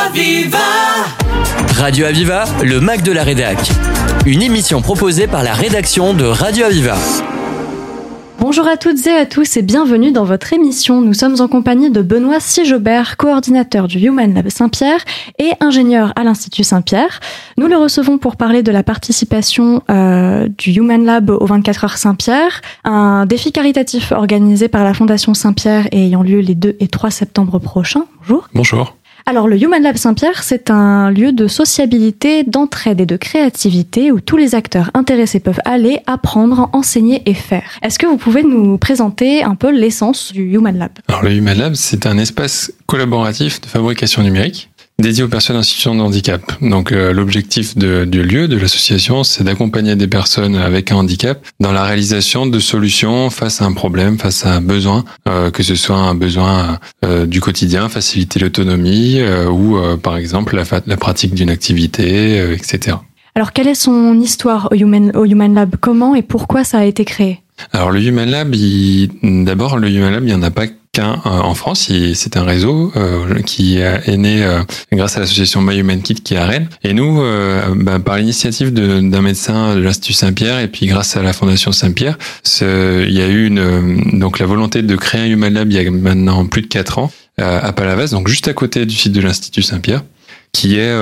Aviva. Radio Aviva, le Mac de la Rédac. Une émission proposée par la rédaction de Radio Aviva. Bonjour à toutes et à tous et bienvenue dans votre émission. Nous sommes en compagnie de Benoît Sigobert, coordinateur du Human Lab Saint-Pierre et ingénieur à l'Institut Saint-Pierre. Nous le recevons pour parler de la participation du Human Lab au 24 heures Saint-Pierre, un défi caritatif organisé par la Fondation Saint-Pierre et ayant lieu les 2 et 3 septembre prochains. Bonjour. Bonjour. Alors, le Human Lab Saint-Pierre, c'est un lieu de sociabilité, d'entraide et de créativité où tous les acteurs intéressés peuvent aller, apprendre, enseigner et faire. Est-ce que vous pouvez nous présenter un peu l'essence du Human Lab ? Alors, le Human Lab, c'est un espace collaboratif de fabrication numérique dédié aux personnes en situation de handicap. Donc, l'objectif du lieu, de l'association, c'est d'accompagner des personnes avec un handicap dans la réalisation de solutions face à un problème, face à un besoin, que ce soit un besoin du quotidien, faciliter l'autonomie ou, par exemple, la pratique d'une activité, etc. Alors, quelle est son histoire au Human Lab ? Comment et pourquoi ça a été créé ? Alors, le Human Lab, d'abord, le Human Lab, il n'y en a pas qu'un en France. C'est un réseau qui est né grâce à l'association My Human Kit qui est à Rennes. Et nous, par l'initiative d'un médecin de l'Institut Saint-Pierre et puis grâce à la Fondation Saint-Pierre, il y a eu donc la volonté de créer un Human Lab il y a maintenant plus de 4 ans à Palavas, donc juste à côté du site de l'Institut Saint-Pierre, qui est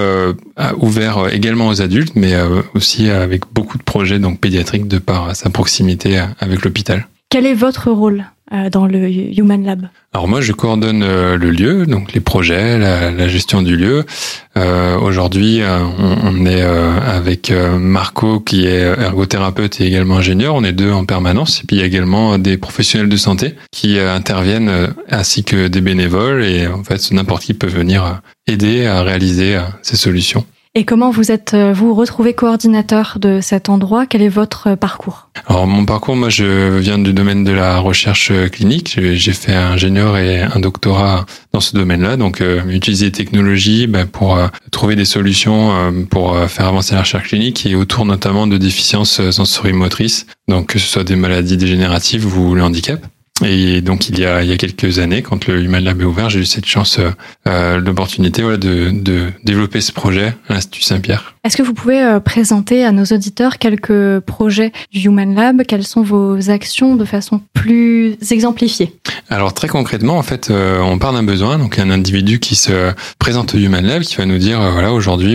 ouvert également aux adultes, mais aussi avec beaucoup de projets donc pédiatriques de par sa proximité avec l'hôpital. Quel est votre rôle dans le Human Lab ? Alors moi, je coordonne le lieu, donc les projets, la gestion du lieu. Aujourd'hui, on est avec Marco, qui est ergothérapeute et également ingénieur. On est 2 en permanence. Et puis il y a également des professionnels de santé qui interviennent, ainsi que des bénévoles. Et en fait, n'importe qui peut venir aider à réaliser ces solutions. Et comment vous vous retrouvez coordinateur de cet endroit ? Quel est votre parcours ? Alors mon parcours, moi je viens du domaine de la recherche clinique. J'ai fait un ingénieur et un doctorat dans ce domaine-là, donc utiliser les technologies pour trouver des solutions pour faire avancer la recherche clinique et autour notamment de déficiences sensorimotrices, donc que ce soit des maladies dégénératives ou le handicap. Et donc il y a quelques années, quand le Human Lab est ouvert, j'ai eu cette chance, l'opportunité de développer ce projet à l'Institut Saint-Pierre. Est-ce que vous pouvez présenter à nos auditeurs quelques projets du Human Lab ? Quelles sont vos actions de façon plus exemplifiée ? Alors très concrètement, en fait, on part d'un besoin, donc un individu qui se présente au Human Lab, qui va nous dire, voilà, aujourd'hui,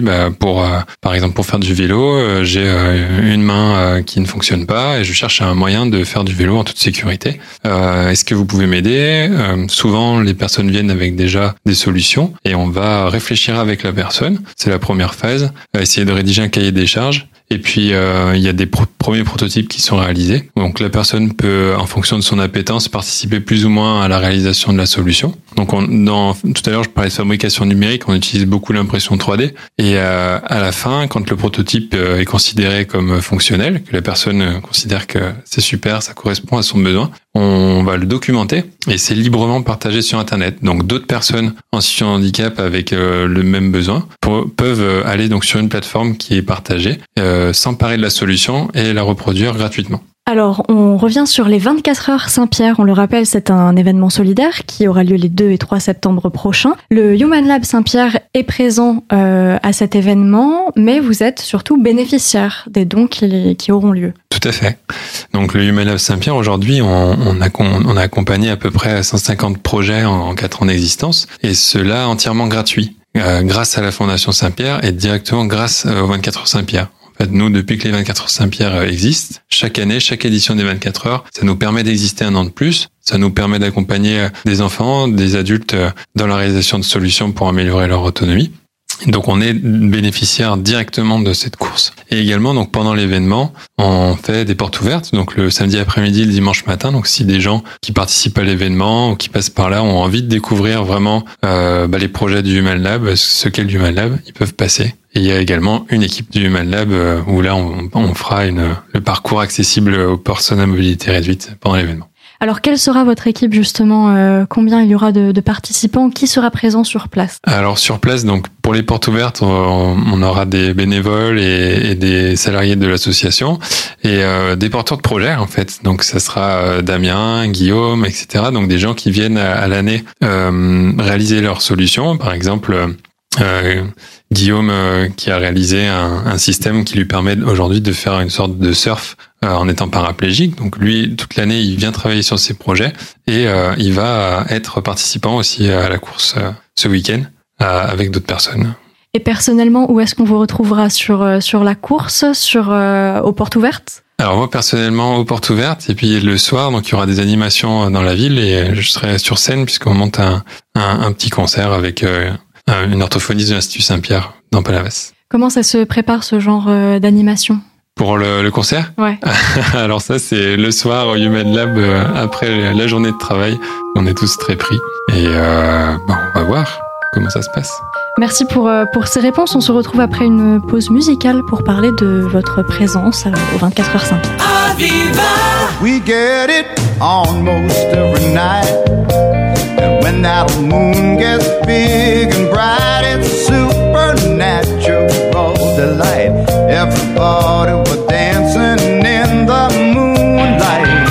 par exemple, pour faire du vélo, j'ai une main qui ne fonctionne pas et je cherche un moyen de faire du vélo en toute sécurité. Est-ce que vous pouvez m'aider ? Souvent, les personnes viennent avec déjà des solutions et on va réfléchir avec la personne. C'est la première phase. Essayer de rédiger un cahier des charges. Et puis, il y a des premiers prototypes qui sont réalisés. Donc, la personne peut, en fonction de son appétence, participer plus ou moins à la réalisation de la solution. Donc, tout à l'heure, je parlais de fabrication numérique. On utilise beaucoup l'impression 3D. Et à la fin, quand le prototype est considéré comme fonctionnel, que la personne considère que c'est super, ça correspond à son besoin, on va le documenter et c'est librement partagé sur Internet. Donc, d'autres personnes en situation de handicap avec le même besoin peuvent aller donc sur une plateforme qui est partagée, s'emparer de la solution et la reproduire gratuitement. Alors, on revient sur les 24 heures Saint-Pierre. On le rappelle, c'est un événement solidaire qui aura lieu les 2 et 3 septembre prochains. Le Human Lab Saint-Pierre est présent à cet événement, mais vous êtes surtout bénéficiaire des dons qui auront lieu. Tout à fait. Donc, le Human Lab Saint-Pierre, aujourd'hui, on a accompagné à peu près 150 projets en 4 ans d'existence, et cela entièrement gratuit, grâce à la Fondation Saint-Pierre et directement grâce aux 24 heures Saint-Pierre. En fait, nous, depuis que les 24 heures Saint-Pierre existent, chaque année, chaque édition des 24 heures, ça nous permet d'exister un an de plus. Ça nous permet d'accompagner des enfants, des adultes dans la réalisation de solutions pour améliorer leur autonomie. Donc, on est bénéficiaire directement de cette course. Et également, donc, pendant l'événement, on fait des portes ouvertes. Donc, le samedi après-midi, le dimanche matin. Donc, si des gens qui participent à l'événement ou qui passent par là ont envie de découvrir vraiment, les projets du Human Lab, ce qu'est le Human Lab, ils peuvent passer. Et il y a également une équipe du Human Lab où là, on fera le parcours accessible aux personnes à mobilité réduite pendant l'événement. Alors, quelle sera votre équipe justement ? Combien il y aura de participants ? Qui sera présent sur place ? Alors, sur place, donc pour les portes ouvertes, on aura des bénévoles et des salariés de l'association et des porteurs de projets en fait. Donc, ça sera Damien, Guillaume, etc. Donc, des gens qui viennent à l'année réaliser leurs solutions. Par exemple, Guillaume qui a réalisé un système qui lui permet aujourd'hui de faire une sorte de surf en étant paraplégique. Donc lui, toute l'année, il vient travailler sur ses projets et il va être participant aussi à la course ce week-end avec d'autres personnes. Et personnellement, où est-ce qu'on vous retrouvera sur la course, aux portes ouvertes? Alors moi personnellement aux portes ouvertes, et puis le soir, donc il y aura des animations dans la ville et je serai sur scène puisqu'on monte un petit concert avec une orthophoniste de l'Institut Saint-Pierre dans Palavas. Comment ça se prépare ce genre d'animation? Pour le concert? Ouais. Alors ça c'est le soir au Human Lab après la journée de travail. On est tous très pris et on va voir comment ça se passe. Merci pour ces réponses. On se retrouve après une pause musicale pour parler de votre présence au 24h Saint-Pierre. We get it almost every night. And when that moon gets big and bright, it's a supernatural delight. Everybody was dancing in the moonlight.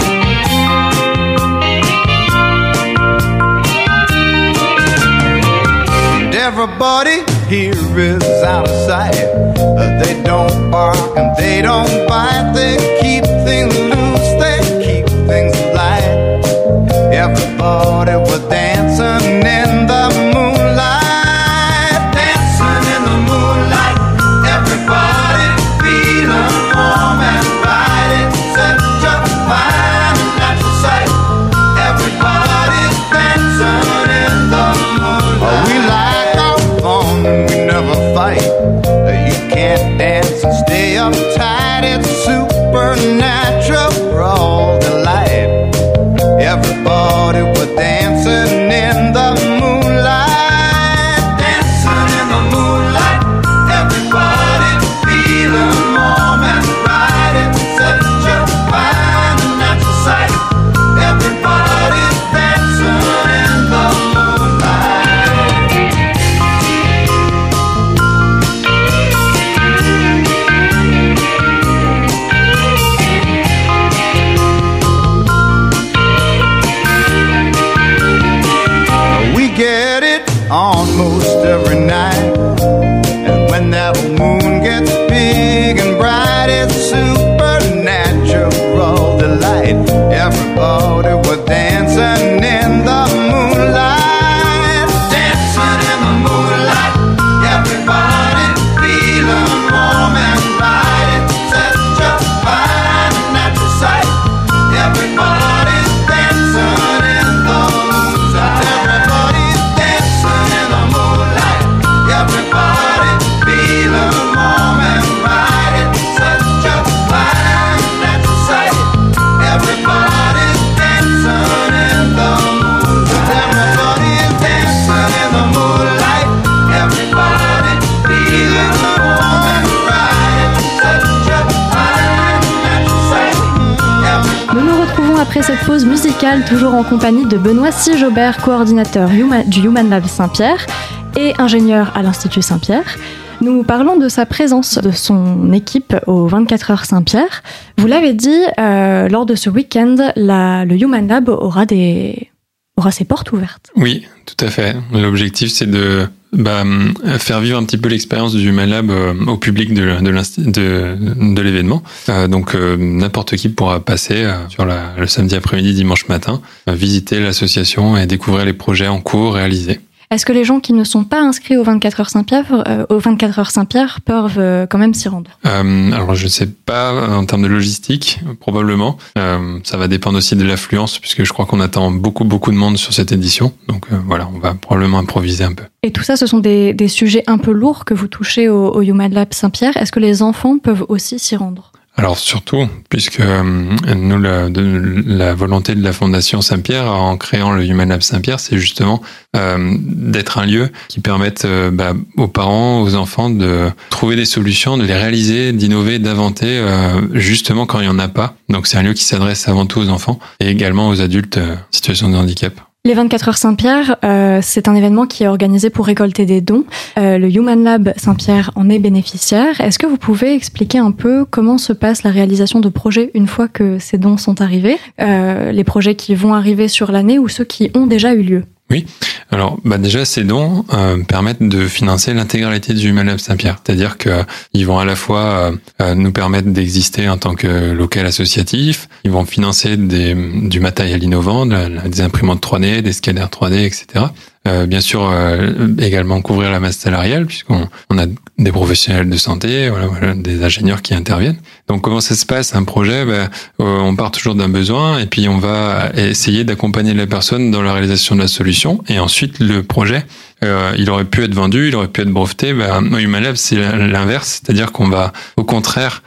Everybody here is out of sight. They don't bark and they don't bite. They keep things loose, they keep things light. Everybody was dancing in the moonlight. Dancing in the moonlight. Everybody feeling warm and bright. It's such a fine and natural sight. Everybody's dancing in the moonlight. We like fun and we never fight. You can't dance and stay uptight. It's supernatural raw delight. Everybody was dancing in the moonlight. Dancing in the moonlight. Everybody feeling warm and bright. It's such a fine and natural sight. Everybody's dancing in the moonlight. Get it almost every night. And when that moon gets big and bright, it's supernatural delight. Everybody was dancing in the moonlight. Dancing in the moonlight. Everybody feeling warm and bright. It's such a fine and natural sight. Everybody's dancing in the moonlight. Everybody feeling warm and bright. It's such a fine natural sight. Everybody's dancing in the moonlight. Everybody's dancing in the moonlight. Everybody feeling warm and bright. It's such a fine natural sight. Nous nous retrouvons après cette pause musicale, toujours en compagnie de Benoît Sigeaubert, coordinateur du Human Lab Saint-Pierre et ingénieur à l'Institut Saint-Pierre. Nous parlons de sa présence, de son équipe au 24h Saint-Pierre. Vous l'avez dit, lors de ce week-end, le Human Lab aura ses portes ouvertes. Oui, tout à fait. L'objectif, c'est de faire vivre un petit peu l'expérience du Human Lab au public de l'événement. Donc n'importe qui pourra passer sur le samedi après-midi, dimanche matin, visiter l'association et découvrir les projets en cours réalisés. Est-ce que les gens qui ne sont pas inscrits au 24h Saint-Pierre peuvent quand même s'y rendre? Alors je ne sais pas en termes de logistique, probablement. Ça va dépendre aussi de l'affluence, puisque je crois qu'on attend beaucoup de monde sur cette édition. Donc voilà, on va probablement improviser un peu. Et tout ça, ce sont des sujets un peu lourds que vous touchez au Human Lab Saint-Pierre. Est-ce que les enfants peuvent aussi s'y rendre? Alors surtout, puisque nous, la volonté de la Fondation Saint-Pierre en créant le Human Lab Saint-Pierre, c'est justement d'être un lieu qui permette aux parents, aux enfants de trouver des solutions, de les réaliser, d'innover, d'inventer, justement quand il n'y en a pas. Donc c'est un lieu qui s'adresse avant tout aux enfants et également aux adultes en situation de handicap. Les 24h Saint-Pierre, c'est un événement qui est organisé pour récolter des dons. Le Human Lab Saint-Pierre en est bénéficiaire. Est-ce que vous pouvez expliquer un peu comment se passe la réalisation de projets une fois que ces dons sont arrivés, les projets qui vont arriver sur l'année ou ceux qui ont déjà eu lieu? Oui. Alors, déjà, ces dons permettent de financer l'intégralité du Human Lab Saint-Pierre. C'est-à-dire que ils vont à la fois nous permettre d'exister en tant que local associatif, ils vont financer du matériel innovant, des imprimantes 3D, des scanners 3D, etc. Bien sûr, également couvrir la masse salariale, puisqu'on a des professionnels de santé, voilà, des ingénieurs qui interviennent. Donc, comment ça se passe un projet? On part toujours d'un besoin, et puis on va essayer d'accompagner la personne dans la réalisation de la solution. Et ensuite, le projet, il aurait pu être vendu, il aurait pu être breveté. Au Human Lab, c'est l'inverse, c'est-à-dire qu'on va, au contraire,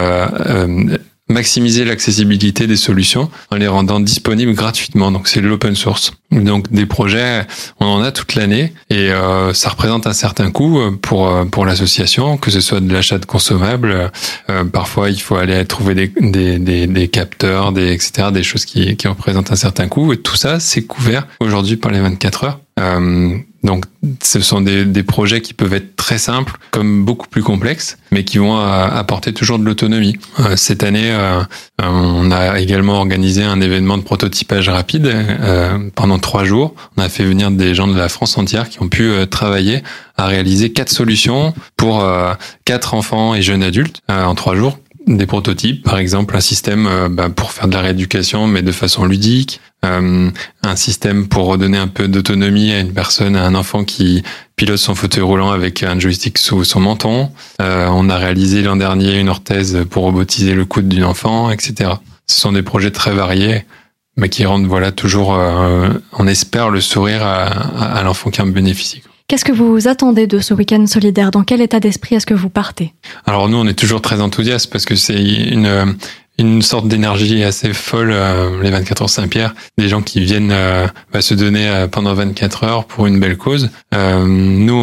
maximiser l'accessibilité des solutions en les rendant disponibles gratuitement. Donc c'est l'open source. Donc des projets, on en a toute l'année et ça représente un certain coût pour l'association, que ce soit de l'achat de consommables. Parfois il faut aller trouver des capteurs, etc., des choses qui représentent un certain coût. Et tout ça, c'est couvert aujourd'hui par les 24 heures. Donc, ce sont des projets qui peuvent être très simples, comme beaucoup plus complexes, mais qui vont apporter toujours de l'autonomie. Cette année, on a également organisé un événement de prototypage rapide pendant 3 jours. On a fait venir des gens de la France entière qui ont pu travailler à réaliser 4 solutions pour 4 enfants et jeunes adultes en 3 jours. Des prototypes, par exemple un système pour faire de la rééducation mais de façon ludique, un système pour redonner un peu d'autonomie à une personne, à un enfant qui pilote son fauteuil roulant avec un joystick sous son menton. On a réalisé l'an dernier une orthèse pour robotiser le coude d'un enfant, etc. Ce sont des projets très variés, mais qui rendent toujours, on espère, le sourire à l'enfant qui en bénéficie. Qu'est-ce que vous attendez de ce week-end solidaire? Dans quel état d'esprit est-ce que vous partez? Alors nous, on est toujours très enthousiastes parce que c'est une sorte d'énergie assez folle, les 24 heures Saint-Pierre, des gens qui viennent se donner pendant 24 heures pour une belle cause. Nous,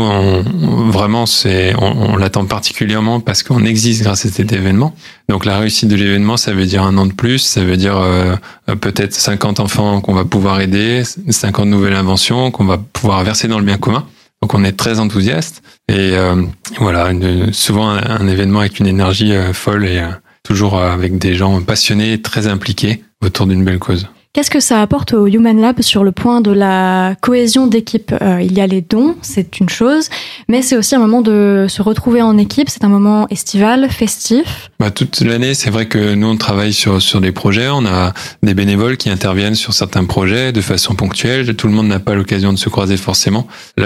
on l'attend particulièrement parce qu'on existe grâce à cet événement. Donc la réussite de l'événement, ça veut dire 1 an de plus, ça veut dire peut-être 50 enfants qu'on va pouvoir aider, 50 nouvelles inventions qu'on va pouvoir verser dans le bien commun. Donc on est très enthousiaste et souvent un événement avec une énergie folle et toujours avec des gens passionnés et très impliqués autour d'une belle cause. Qu'est-ce que ça apporte au Human Lab sur le point de la cohésion d'équipe? Il y a les dons, c'est une chose, mais c'est aussi un moment de se retrouver en équipe, c'est un moment estival, festif. Toute l'année, c'est vrai que nous, on travaille sur des projets, on a des bénévoles qui interviennent sur certains projets de façon ponctuelle, tout le monde n'a pas l'occasion de se croiser forcément. Là,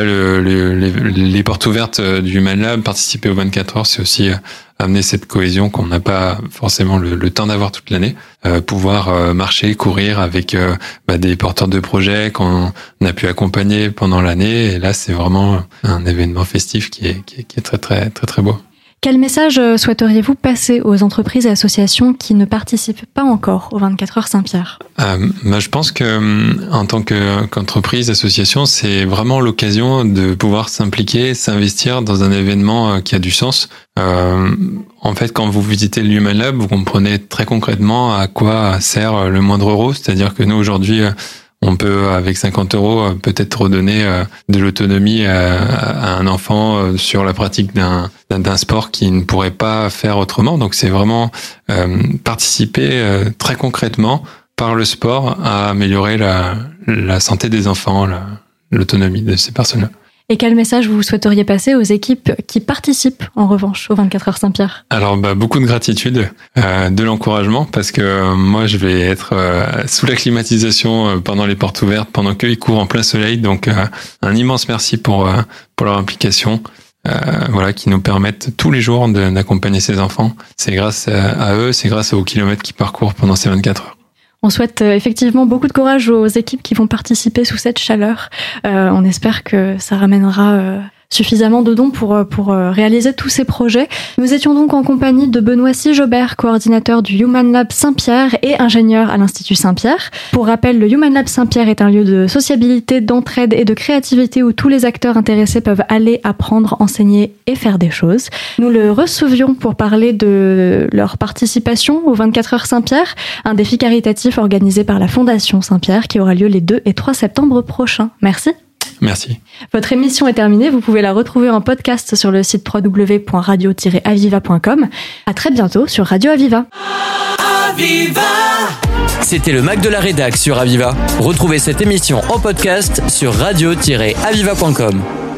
les portes ouvertes du Human Lab, participer aux 24 heures, c'est aussi amener cette cohésion qu'on n'a pas forcément le temps d'avoir toute l'année, pouvoir marcher, courir avec des porteurs de projets qu'on a pu accompagner pendant l'année. Et là, c'est vraiment un événement festif qui est très très très très beau. Quel message souhaiteriez-vous passer aux entreprises et associations qui ne participent pas encore aux 24 heures Saint-Pierre? Je pense que en tant qu'entreprise, association, c'est vraiment l'occasion de pouvoir s'impliquer, s'investir dans un événement qui a du sens. En fait, quand vous visitez le Human Lab, vous comprenez très concrètement à quoi sert le moindre euro. C'est-à-dire que nous, aujourd'hui, on peut, avec 50 €, peut-être redonner de l'autonomie à un enfant sur la pratique d'un sport qu'il ne pourrait pas faire autrement. Donc c'est vraiment participer très concrètement par le sport à améliorer la santé des enfants, l'autonomie de ces personnes-là. Et quel message vous souhaiteriez passer aux équipes qui participent, en revanche, aux 24 heures Saint-Pierre? Alors, beaucoup de gratitude, de l'encouragement, parce que moi, je vais être sous la climatisation pendant les portes ouvertes, pendant qu'ils courent en plein soleil. Donc, un immense merci pour leur implication, qui nous permettent tous les jours d'accompagner ces enfants. C'est grâce à eux, c'est grâce aux kilomètres qu'ils parcourent pendant ces 24 heures. On souhaite effectivement beaucoup de courage aux équipes qui vont participer sous cette chaleur. On espère que ça ramènera suffisamment de dons pour réaliser tous ces projets. Nous étions donc en compagnie de Benoît Sigeaubert, coordinateur du Human Lab Saint-Pierre et ingénieur à l'Institut Saint-Pierre. Pour rappel, le Human Lab Saint-Pierre est un lieu de sociabilité, d'entraide et de créativité où tous les acteurs intéressés peuvent aller apprendre, enseigner et faire des choses. Nous le recevions pour parler de leur participation aux 24 heures Saint-Pierre, un défi caritatif organisé par la Fondation Saint-Pierre qui aura lieu les 2 et 3 septembre prochains. Merci. Merci. Votre émission est terminée. Vous pouvez la retrouver en podcast sur le site www.radio-aviva.com. À très bientôt sur Radio Aviva. Aviva. C'était le Mac de la Rédac sur Aviva. Retrouvez cette émission en podcast sur radio-aviva.com.